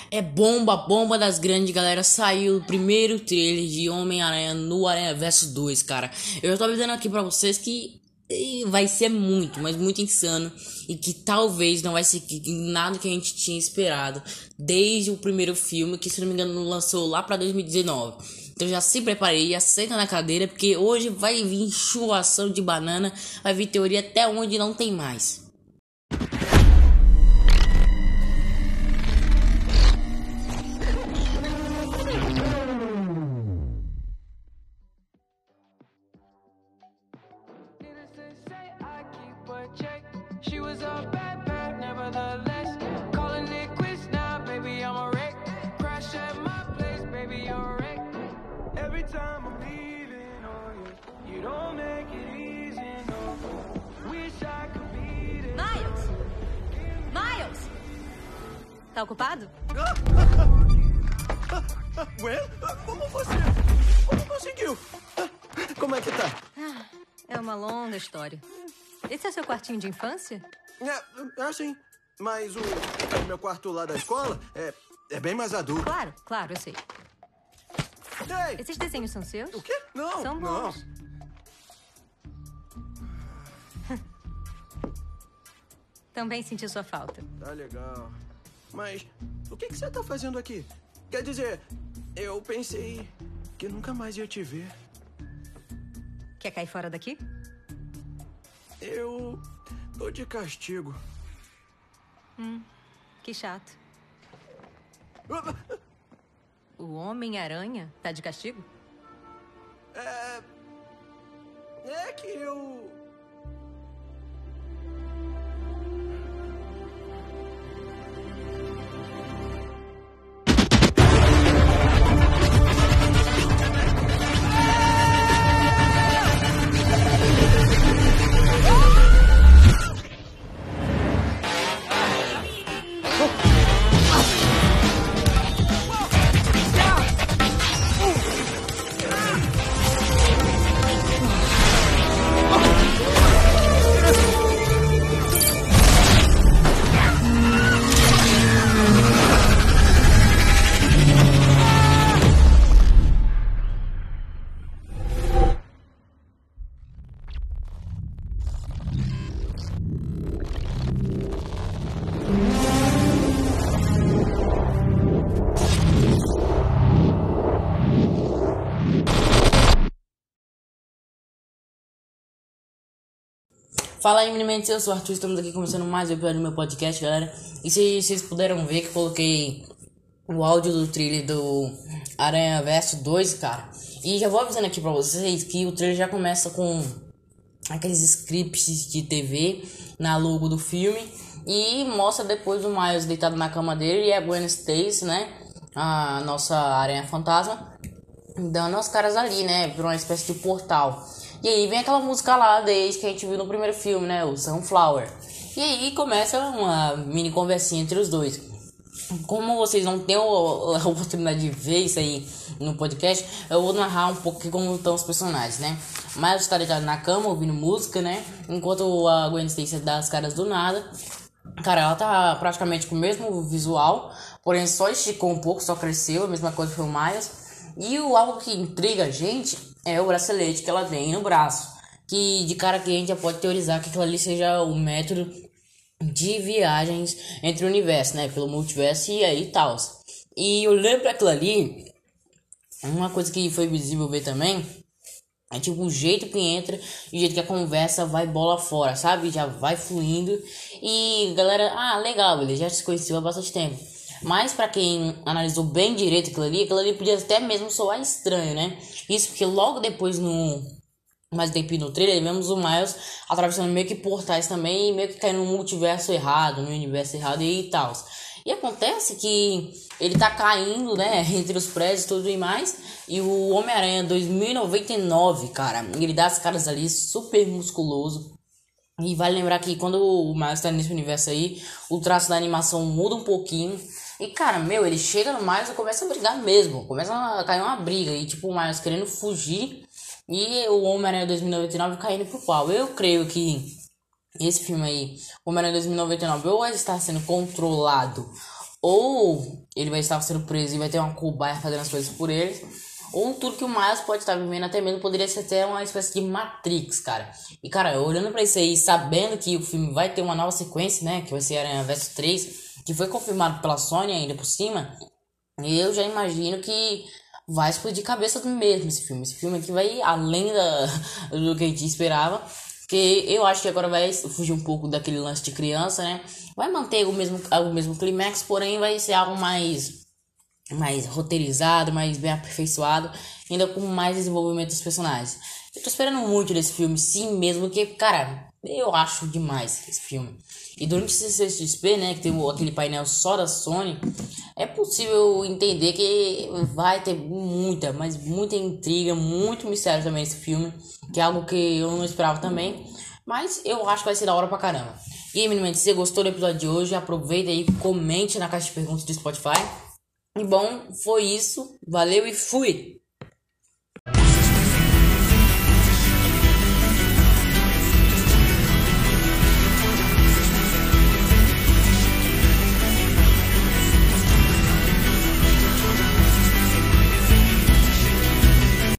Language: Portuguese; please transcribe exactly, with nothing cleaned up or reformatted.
É bomba, bomba das grandes, galera. Saiu o primeiro trailer de Homem-Aranha no Aranhaverso dois, cara. Eu já tô avisando aqui pra vocês que eh, vai ser muito, mas muito insano. E que talvez não vai ser que- nada que a gente tinha esperado desde o primeiro filme, que se não me engano lançou lá pra dois mil e dezenove. Então já se preparei, já senta na cadeira, porque hoje vai vir chuvação de banana, vai vir teoria até onde não tem mais. She was a bad bad, nevertheless. Calling it quits now, baby, I'm a wreck. Crash at my place, baby, you're a wreck. Every time I'm leaving on you, you don't make it easy, no. Wish I could be there. Miles! Miles! Tá ocupado? Gwen, como você... Como conseguiu? Como é que tá? Ah, é uma longa história. Esse é seu quartinho de infância? É, é assim. Mas o, o meu quarto lá da escola é, é bem mais adulto. Claro, claro, eu sei. Ei! Esses desenhos são seus? O quê? Não, São não. bons. Também senti sua falta. Tá legal. Mas o que, que você tá fazendo aqui? Quer dizer, eu pensei que nunca mais ia te ver. Quer cair fora daqui? Eu tô de castigo. Hum, que chato. O Homem-Aranha tá de castigo? É... É que eu... Fala aí, meninos, eu sou o Arthur, estamos aqui começando mais um episódio do meu podcast, galera. E se vocês puderam ver que eu coloquei o áudio do trailer do Aranhaverso dois, cara. E já vou avisando aqui pra vocês que o trailer já começa com aqueles scripts de T V na logo do filme. E mostra depois o Miles deitado na cama dele e a Gwen Stacy, né, a nossa Aranha Fantasma, dando as caras ali, né, por uma espécie de portal. E aí vem aquela música lá, desde que a gente viu no primeiro filme, né, o Sunflower. E aí começa uma mini conversinha entre os dois. Como vocês não têm a oportunidade de ver isso aí no podcast, eu vou narrar um pouco aqui como estão os personagens, né. Miles está deitado na cama, ouvindo música, né, enquanto a Gwen Stacy dá as caras do nada. Cara, ela tá praticamente com o mesmo visual, porém só esticou um pouco, só cresceu, a mesma coisa foi o Miles. E o algo que intriga a gente é o bracelete que ela tem no braço, que de cara que a gente já pode teorizar que aquilo ali seja o método de viagens entre o universo, né, pelo multiverso e aí tal. E olhando pra aquilo ali, uma coisa que foi visível ver também é tipo o jeito que entra e o jeito que a conversa vai bola fora, sabe? Já vai fluindo. E galera, ah, legal, ele já se conheceu há bastante tempo. Mas pra quem analisou bem direito aquilo ali, aquilo ali podia até mesmo soar estranho, né? Isso porque logo depois no... mais tempo no trailer, vemos o Miles atravessando meio que portais também e meio que caindo no multiverso errado, no universo errado e tal. E acontece que ele tá caindo, né, entre os prédios e tudo e mais. E o Homem-Aranha dois mil e noventa e nove, cara, ele dá as caras ali, super musculoso. E vale lembrar que quando o Miles tá nesse universo aí, o traço da animação muda um pouquinho. E cara, meu, ele chega no Miles e começa a brigar mesmo. Começa a cair uma briga. E tipo, o Miles querendo fugir e o Homem-Aranha dois mil e noventa e nove caindo pro pau. Eu creio que esse filme aí, Homem-Aranha dois mil e noventa e nove, ou está sendo controlado, ou ele vai estar sendo preso e vai ter uma cobaia fazendo as coisas por ele, ou tudo que o Miles pode estar vivendo, até mesmo poderia ser até uma espécie de Matrix, cara. E, cara, olhando pra isso aí, sabendo que o filme vai ter uma nova sequência, né, que vai ser Aranha Verso três, que foi confirmado pela Sony ainda por cima, eu já imagino que vai explodir cabeça mesmo esse filme. Esse filme aqui vai além da, do que a gente esperava. Porque eu acho que agora vai fugir um pouco daquele lance de criança, né? Vai manter o mesmo, o mesmo clímax, porém vai ser algo mais, mais roteirizado, mais bem aperfeiçoado, ainda com mais desenvolvimento dos personagens. Eu tô esperando muito desse filme, sim mesmo, porque, cara, eu acho demais esse filme. E durante esse C C X P, né, que tem aquele painel só da Sony, é possível entender que vai ter muita, mas muita intriga, muito mistério também nesse filme, que é algo que eu não esperava também, mas eu acho que vai ser da hora pra caramba. E aí, menino, se você gostou do episódio de hoje, aproveita aí, comente na caixa de perguntas do Spotify. E bom, foi isso, valeu e fui!